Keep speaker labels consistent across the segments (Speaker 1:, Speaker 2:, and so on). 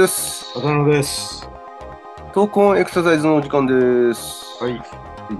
Speaker 1: です。
Speaker 2: 浅野です。
Speaker 1: 闘魂エクササイズのお時間です。
Speaker 2: はい。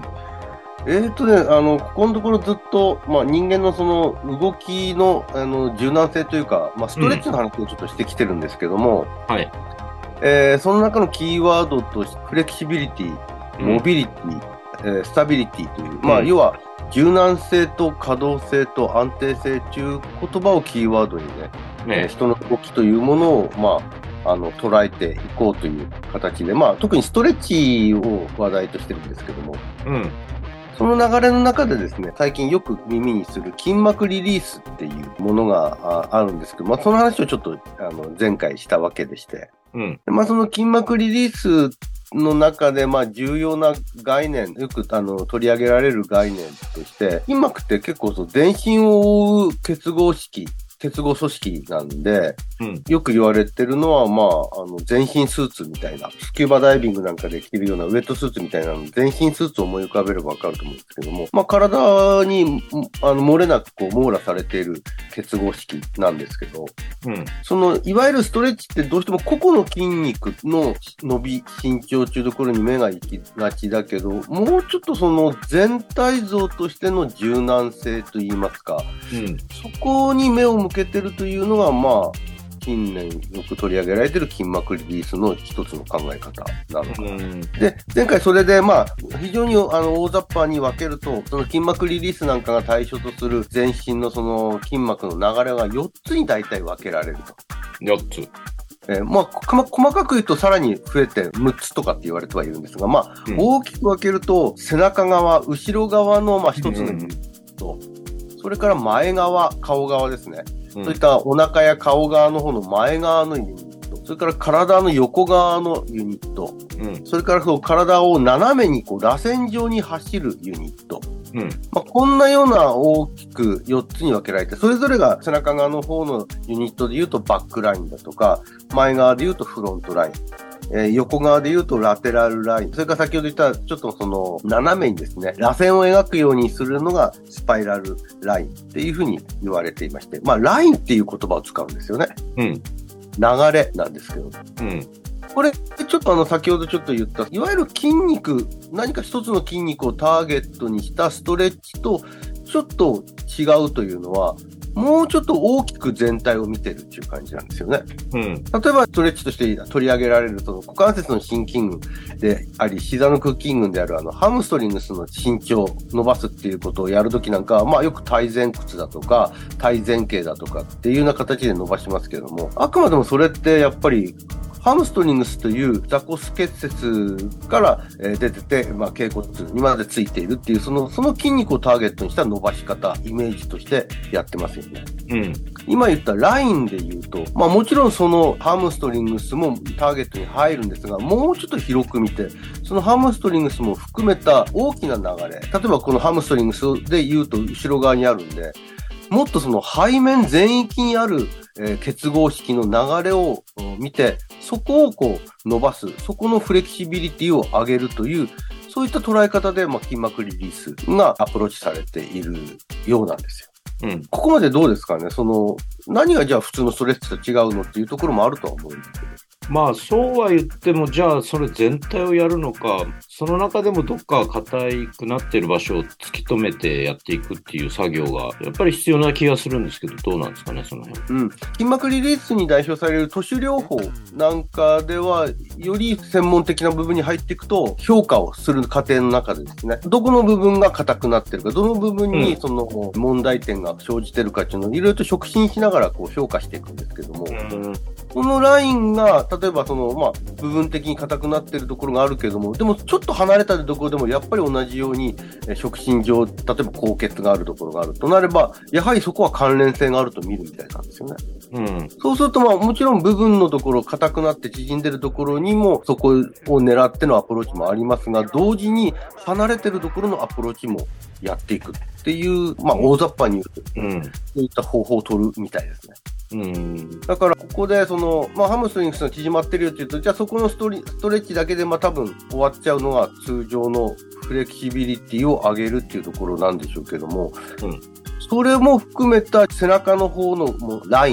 Speaker 1: ここのところずっと、人間のその動きの、柔軟性というか、ストレッチの話をちょっとしてきてるんですけども、
Speaker 2: はい。
Speaker 1: その中のキーワードとして、フレキシビリティ、モビリティ、スタビリティという、要は柔軟性と可動性と安定性という言葉をキーワードにね、人の動きというものを、捉えていこうという形で、特にストレッチを話題としてるんですけども、その流れの中でですね、最近よく耳にする筋膜リリースっていうものがあるんですけど、その話をちょっと前回したわけでして、その筋膜リリースの中で、重要な概念、よく取り上げられる概念として、筋膜って結構全身を覆う結合組織なんで、よく言われてるのは、全身スーツみたいな、スキューバダイビングなんかで着るようなウェットスーツみたいな全身スーツを思い浮かべればわかると思うんですけども、体に漏れなく網羅されている結合式なんですけど、いわゆるストレッチってどうしても個々の筋肉の伸び、伸長というところに目が行きがちだけど、もうちょっとその全体像としての柔軟性といいますか、そこに目を向けてるというのが、近年よく取り上げられている筋膜リリースの一つの考え方なのかな。で、前回それで非常に大雑把に分けると、その筋膜リリースなんかが対象とする全身のその筋膜の流れが4つに大体分けられると。
Speaker 2: 4つ。
Speaker 1: 細かく言うとさらに増えて6つとかって言われてはいるんですが、大きく分けると背中側、後ろ側の一つのユニット、それから前側、顔側ですね。そういったお腹や顔側の方の前側のユニット、それから体の横側のユニット、それから体を斜めに螺旋状に走るユニット、こんなような大きく4つに分けられて、それぞれが背中側の方のユニットで言うとバックラインだとか、前側で言うとフロントライン。横側で言うとラテラルライン。それから先ほど言ったちょっとその斜めにですね、螺旋を描くようにするのがスパイラルラインっていうふうに言われていまして、ラインっていう言葉を使うんですよね。流れなんですけど。これ、ちょっと先ほどちょっと言った、いわゆる筋肉、何か一つの筋肉をターゲットにしたストレッチとちょっと違うというのは、もうちょっと大きく全体を見てるっていう感じなんですよね。例えばストレッチとして取り上げられるその股関節の伸筋群であり、膝の屈筋群であるハムストリングスの伸長、伸ばすっていうことをやるときなんかは、よく体前屈だとか、体前傾だとかっていうような形で伸ばしますけれども、あくまでもそれってやっぱりハムストリングスという座骨結節から出てて、脛骨にまでついているっていう、その筋肉をターゲットにした伸ばし方、イメージとしてやってますよね。今言ったラインで言うと、もちろんそのハムストリングスもターゲットに入るんですが、もうちょっと広く見て、そのハムストリングスも含めた大きな流れ、例えばこのハムストリングスで言うと後ろ側にあるんで、もっとその背面全域にある結合式の流れを見て、そこを伸ばす、そこのフレキシビリティを上げるという、そういった捉え方で筋膜リリースがアプローチされているようなんですよ。ここまでどうですかね。何がじゃあ普通のストレッチと違うのっていうところもあるとは思うんですけど。
Speaker 2: そうは言っても、じゃあそれ全体をやるのか、その中でもどっか硬くなっている場所を突き止めてやっていくっていう作業がやっぱり必要な気がするんですけど、どうなんですかね、その辺。
Speaker 1: 筋膜リリースに代表される都市療法なんかでは、より専門的な部分に入っていくと、評価をする過程の中でですね、どこの部分が硬くなってるか、どの部分にその問題点が生じてるかっていうのをいろいろと触診しながら評価していくんですけども、このラインが、例えば部分的に硬くなっているところがあるけども、でもちょっと離れたところでもやっぱり同じように、触診上、例えば高血があるところがあるとなれば、やはりそこは関連性があると見るみたいなんですよね。そうするともちろん部分のところ、硬くなって縮んでるところにも、そこを狙ってのアプローチもありますが、同時に離れてるところのアプローチもやっていくっていう、大雑把に言うと、そういった方法を取るみたいですね。だからここでハムストリングスが縮まってるよって言うと、じゃあそこのストレッチだけで多分終わっちゃうのが通常のフレキシビリティを上げるっていうところなんでしょうけども、それも含めた背中の方のライン、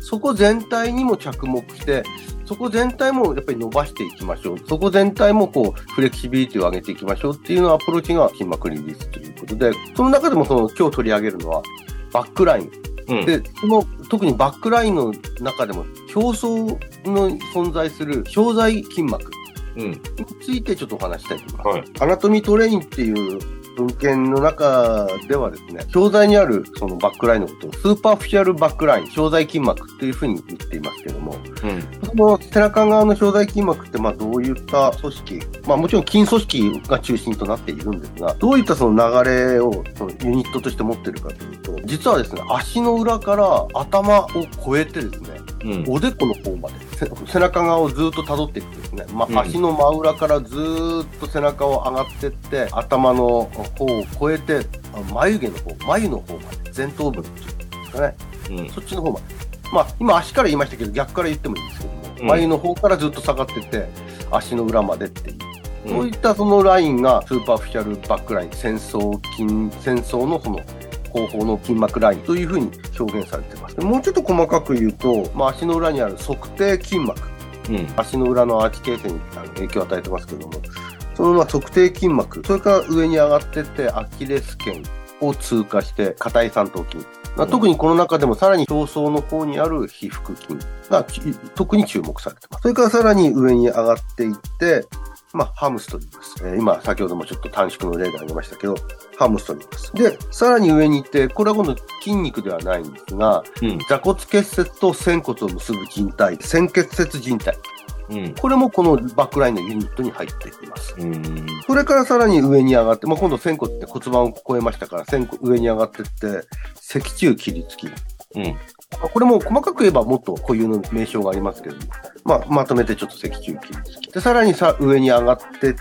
Speaker 1: そこ全体にも着目して、そこ全体もやっぱり伸ばしていきましょう。そこ全体もこう、フレキシビリティを上げていきましょうっていうのアプローチが筋膜リリースということで、その中でも今日取り上げるのは、バックライン。で、特にバックラインの中でも、表層の存在する表在筋膜についてちょっとお話したいと思います。アナトミートレインっていう文献の中ではですね、表在にあるそのバックラインのことをスーパーフィシャルバックライン、表在筋膜っていうふうに言っていますけども、その背中側の表在筋膜ってどういった組織、もちろん筋組織が中心となっているんですが、どういったその流れをそのユニットとして持っているかというと、実はですね、足の裏から頭を越えてですね、おでこの方まで、背中側をずっと辿っていくとですね、足の真裏からずっと背中を上がっていって、頭の方を越えて、眉毛の方、眉の方まで、前頭部のですかね、そっちの方まで。今足から言いましたけど、逆から言ってもいいんですけども、眉の方からずっと下がっていって、足の裏までっていう。そういったそのラインがスーパーフィシャルバックライン、戦争のその後方の筋膜ラインというふうに表現されています。もうちょっと細かく言うと、足の裏にある足底筋膜、足の裏のアーチ形成に影響を与えてますけども、その足底筋膜、それから上に上がっていってアキレス腱を通過して下腿三頭筋、特にこの中でもさらに表層の方にある腓腹筋が特に注目されています。それからさらに上に上がっていって、ハムストリングス。今、先ほどもちょっと短縮の例で挙げましたけど、ハムストリングス。で、さらに上に行って、これは今度筋肉ではないんですが、座骨結節と仙骨を結ぶ靭帯、仙結節靭帯。これもこのバックラインのユニットに入ってきます。それからさらに上に上がって、今度仙骨って骨盤を超えましたから、上に上がっていって、脊柱起立筋。これも細かく言えばもっと固有の名称がありますけども、まとめてちょっと脊柱起立筋。で、さらに上に上がっていって、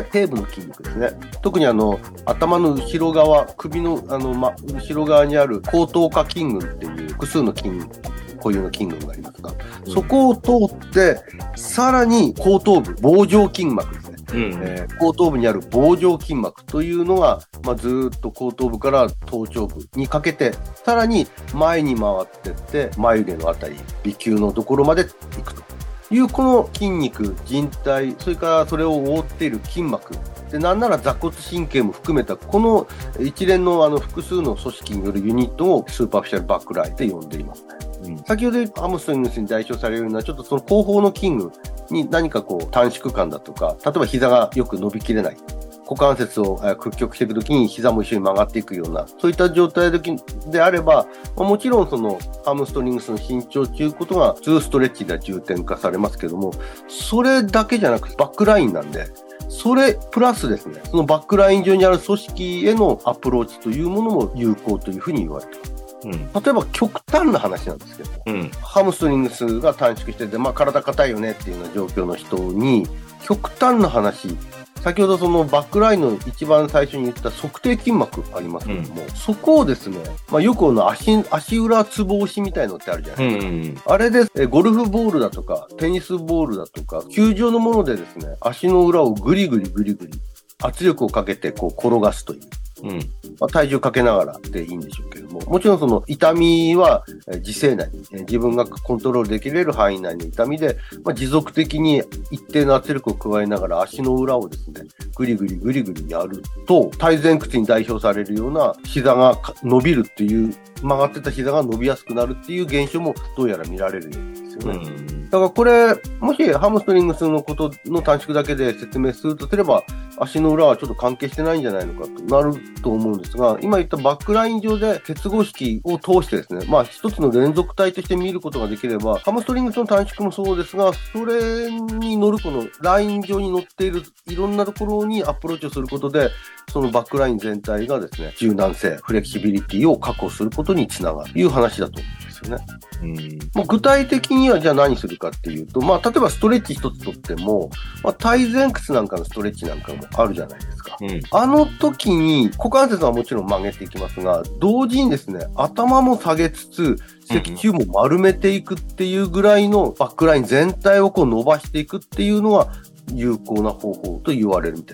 Speaker 1: 頸部の筋肉ですね。特に頭の後ろ側、首の後ろ側にある後頭下筋群っていう複数の固有の筋群がありますが、そこを通って、さらに後頭部、棒状筋膜ですね。後頭部にある棒状筋膜というのが、ずーっと後頭部から頭頂部にかけて、さらに前に回っていって、眉毛のあたり、鼻丘のところまで行くという、この筋肉、靭帯、それからそれを覆っている筋膜、で、なんなら座骨神経も含めた、この一連の複数の組織によるユニットをスーパーフィシャルバックラインと呼んでいますね。先ほどハムストリングスに代表されるような、ちょっとその後方の筋群に何か短縮感だとか、例えば膝がよく伸びきれない。股関節を屈曲していくときに膝も一緒に曲がっていくような、そういった状態であれば、もちろんそのハムストリングスの伸長ということが、普通ストレッチでは重点化されますけども、それだけじゃなくてバックラインなんで、それプラスですね、そのバックライン上にある組織へのアプローチというものも有効というふうに言われています。例えば極端な話なんですけど、ハムストリングスが短縮してて、体硬いよねっていうような状況の人に、極端な話、先ほどそのバックラインの一番最初に言った足底筋膜ありますけども、そこをですね、よく足裏つぼ押しみたいのってあるじゃないですか。あれでゴルフボールだとか、テニスボールだとか、球状のものでですね、足の裏をぐりぐり圧力をかけて転がすという。体重かけながらでいいんでしょうけども、もちろんその痛みは自制内、自分がコントロールできれる範囲内の痛みで、持続的に一定の圧力を加えながら足の裏をですね、ぐりぐりやると、体前屈に代表されるような膝が伸びるっていう、曲がってた膝が伸びやすくなるっていう現象もどうやら見られるようですよね。だからこれ、もしハムストリングスのことの短縮だけで説明するとすれば、足の裏はちょっと関係してないんじゃないのかとなると思うんですが、今言ったバックライン上で結合式を通してですね、一つの連続体として見ることができれば、ハムストリングスの短縮もそうですが、それに乗るこのライン上に乗っているいろんなところにアプローチをすることで、そのバックライン全体がですね、柔軟性、フレキシビリティを確保することにつながるという話だと思うんですよね。具体的にはじゃあ何するかっていうと、例えばストレッチ一つとっても、体前屈なんかのストレッチなんかもあるじゃないですか。あの時に股関節はもちろん曲げていきますが、同時にですね、頭も下げつつ、脊柱も丸めていくっていうぐらいのバックライン全体を伸ばしていくっていうのが有効な方法と言われるみたいです。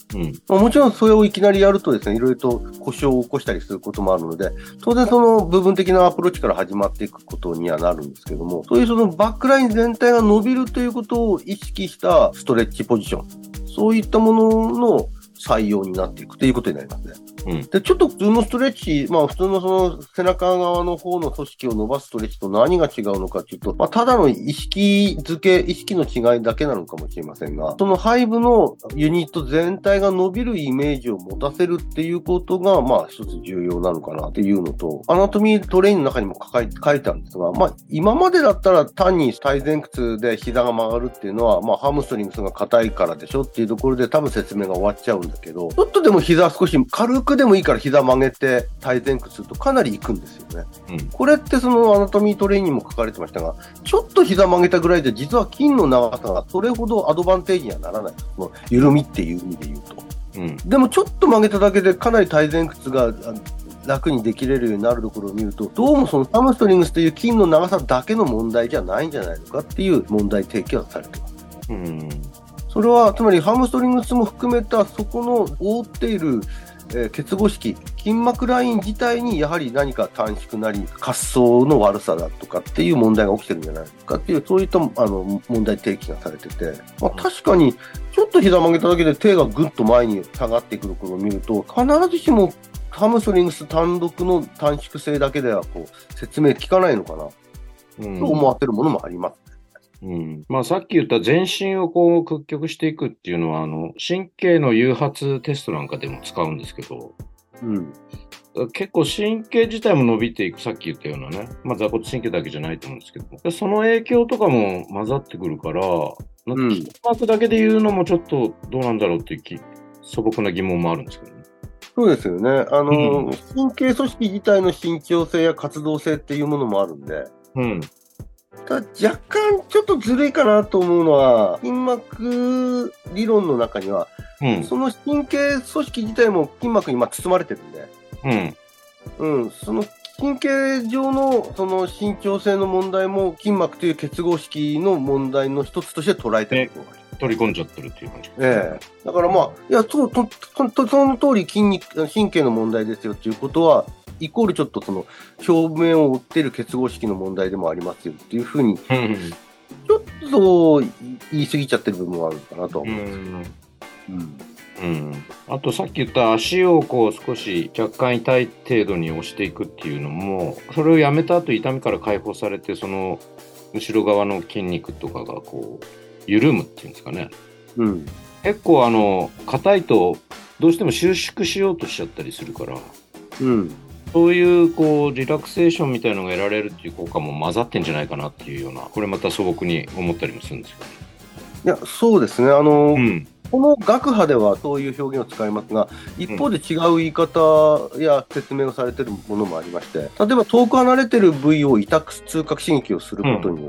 Speaker 1: もちろんそれをいきなりやるとですね、いろいろと故障を起こしたりすることもあるので、当然その部分的なアプローチから始まっていくことにはなるんですけども、そういうそのバックライン全体が伸びるということを意識したストレッチポジション、そういったものの採用になっていくということになりますね。で、ちょっと普通のストレッチ、普通のその背中側の方の組織を伸ばすストレッチと何が違うのかというと、ただの意識づけ、意識の違いだけなのかもしれませんが、その背部のユニット全体が伸びるイメージを持たせるっていうことが、一つ重要なのかなっていうのと、アナトミートレインの中にも書いてあるんですが、今までだったら単に体前屈で膝が曲がるっていうのは、ハムストリングスが硬いからでしょっていうところで多分説明が終わっちゃうんだけど、ちょっとでも膝少し軽くでもいいから膝曲げて体前屈するとかなりいくんですよね。これってそのアナトミートレインにも書かれてましたが、ちょっと膝曲げたぐらいで実は筋の長さがそれほどアドバンテージにはならない。その緩みっていう意味で言うと。でもちょっと曲げただけでかなり体前屈が楽にできれるようになるところを見ると、どうもそのハムストリングスという筋の長さだけの問題じゃないんじゃないのかっていう問題提起はされてます。それはつまりハムストリングスも含めたそこの覆っている結合式、筋膜ライン自体にやはり何か短縮なり滑走の悪さだとかっていう問題が起きてるんじゃないかっていう、そういった問題提起がされてて、確かにちょっと膝曲げただけで手がぐっと前に下がってくることを見ると、必ずしもハムストリングス単独の短縮性だけでは説明効かないのかなと思わせるものもあります。
Speaker 2: さっき言った全身を屈曲していくっていうのは、神経の誘発テストなんかでも使うんですけど、結構神経自体も伸びていく、さっき言ったようなね、座骨神経だけじゃないと思うんですけど、その影響とかも混ざってくるから、筋膜だけで言うのもちょっとどうなんだろうっていう素朴な疑問もあるんですけどね。
Speaker 1: そうですよね。神経組織自体の伸長性や活動性っていうものもあるんで、ただ若干ちょっとずるいかなと思うのは、筋膜理論の中には、その神経組織自体も筋膜に包まれてるんで、その神経上のその伸長性の問題も筋膜という結合式の問題の一つとして捉えてるところがあります。
Speaker 2: 取り込んじゃってるっていう感じ。
Speaker 1: だからその通り神経の問題ですよっていうことは、イコールちょっとその表面を覆っている結合式の問題でもありますよっていうふうに、ちょっと言い過ぎちゃってる部分はあるのかなと思います。
Speaker 2: あとさっき言った足を少し若干痛い程度に押していくっていうのも、それをやめた後痛みから解放されて、その後ろ側の筋肉とかが緩むっていうんですかね。結構硬いとどうしても収縮しようとしちゃったりするから、そういうリラクセーションみたいなのが得られるっていう効果も混ざってんじゃないかなっていうような、これまた素朴に思ったりもするんですけど。
Speaker 1: いや、そうですね。この学派ではそういう表現を使いますが、一方で違う言い方や説明をされているものもありまして、例えば遠く離れている部位を痛く痛覚刺激をすることによって、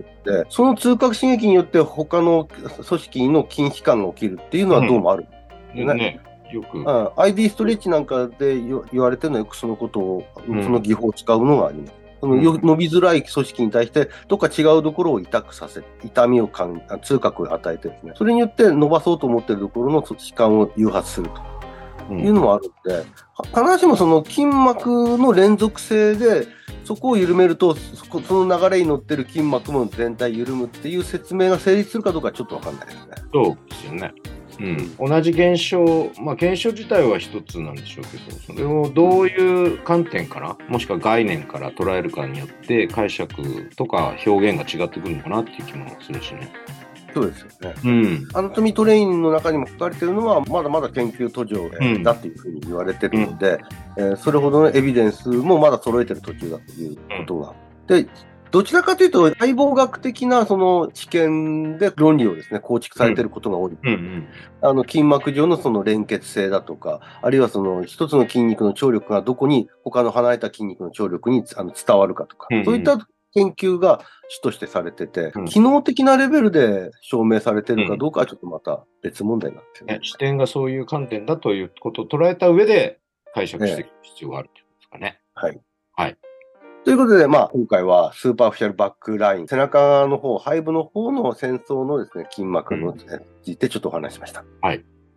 Speaker 1: その痛覚刺激によって他の組織の筋弛緩が起きるっていうのはどうもある。
Speaker 2: よく。
Speaker 1: ID ストレッチなんかで言われてるのはよくそのことを、その技法を使うのがあります。その伸びづらい組織に対して、どっか違うところを痛くさせ、痛みを痛覚を与えてですね、それによって伸ばそうと思っているところの弛緩を誘発するというのもあるので、必ずしもその筋膜の連続性で、そこを緩めると、その流れに乗っている筋膜も全体緩むっていう説明が成立するかどうかはちょっとわかんないですね。
Speaker 2: そうですよね。同じ現象、現象自体は一つなんでしょうけど、それをどういう観点から、もしくは概念から捉えるかによって解釈とか表現が違ってくるのかなっていう気もするしね。
Speaker 1: そうですよね。アナトミートレインの中にも書かれているのは、まだまだ研究途上だというふうに言われているので、それほどのエビデンスもまだ揃えている途中だということが。で、どちらかというと、解剖学的なその知見で論理をですね、構築されていることが多い。筋膜上のその連結性だとか、あるいはその一つの筋肉の張力がどこに他の離れた筋肉の張力に伝わるかとか、そういった研究が主としてされてて、機能的なレベルで証明されているかどうかはちょっとまた別問題なんですよね。
Speaker 2: 視点がそういう観点だということを捉えた上で解釈していく必要があるということですかね。はい。
Speaker 1: ということで、今回はスーパーフィシャルバックライン、背中の方、背部の方の戦争のですね、筋膜についてちょっとお話ししました。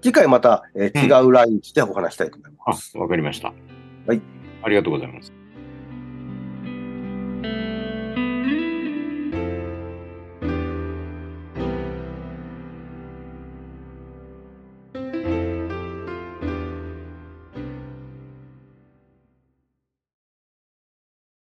Speaker 1: 次回また、違うラインにしてお話したいと思います。
Speaker 2: わかりました。
Speaker 1: はい。
Speaker 2: ありがとうございます。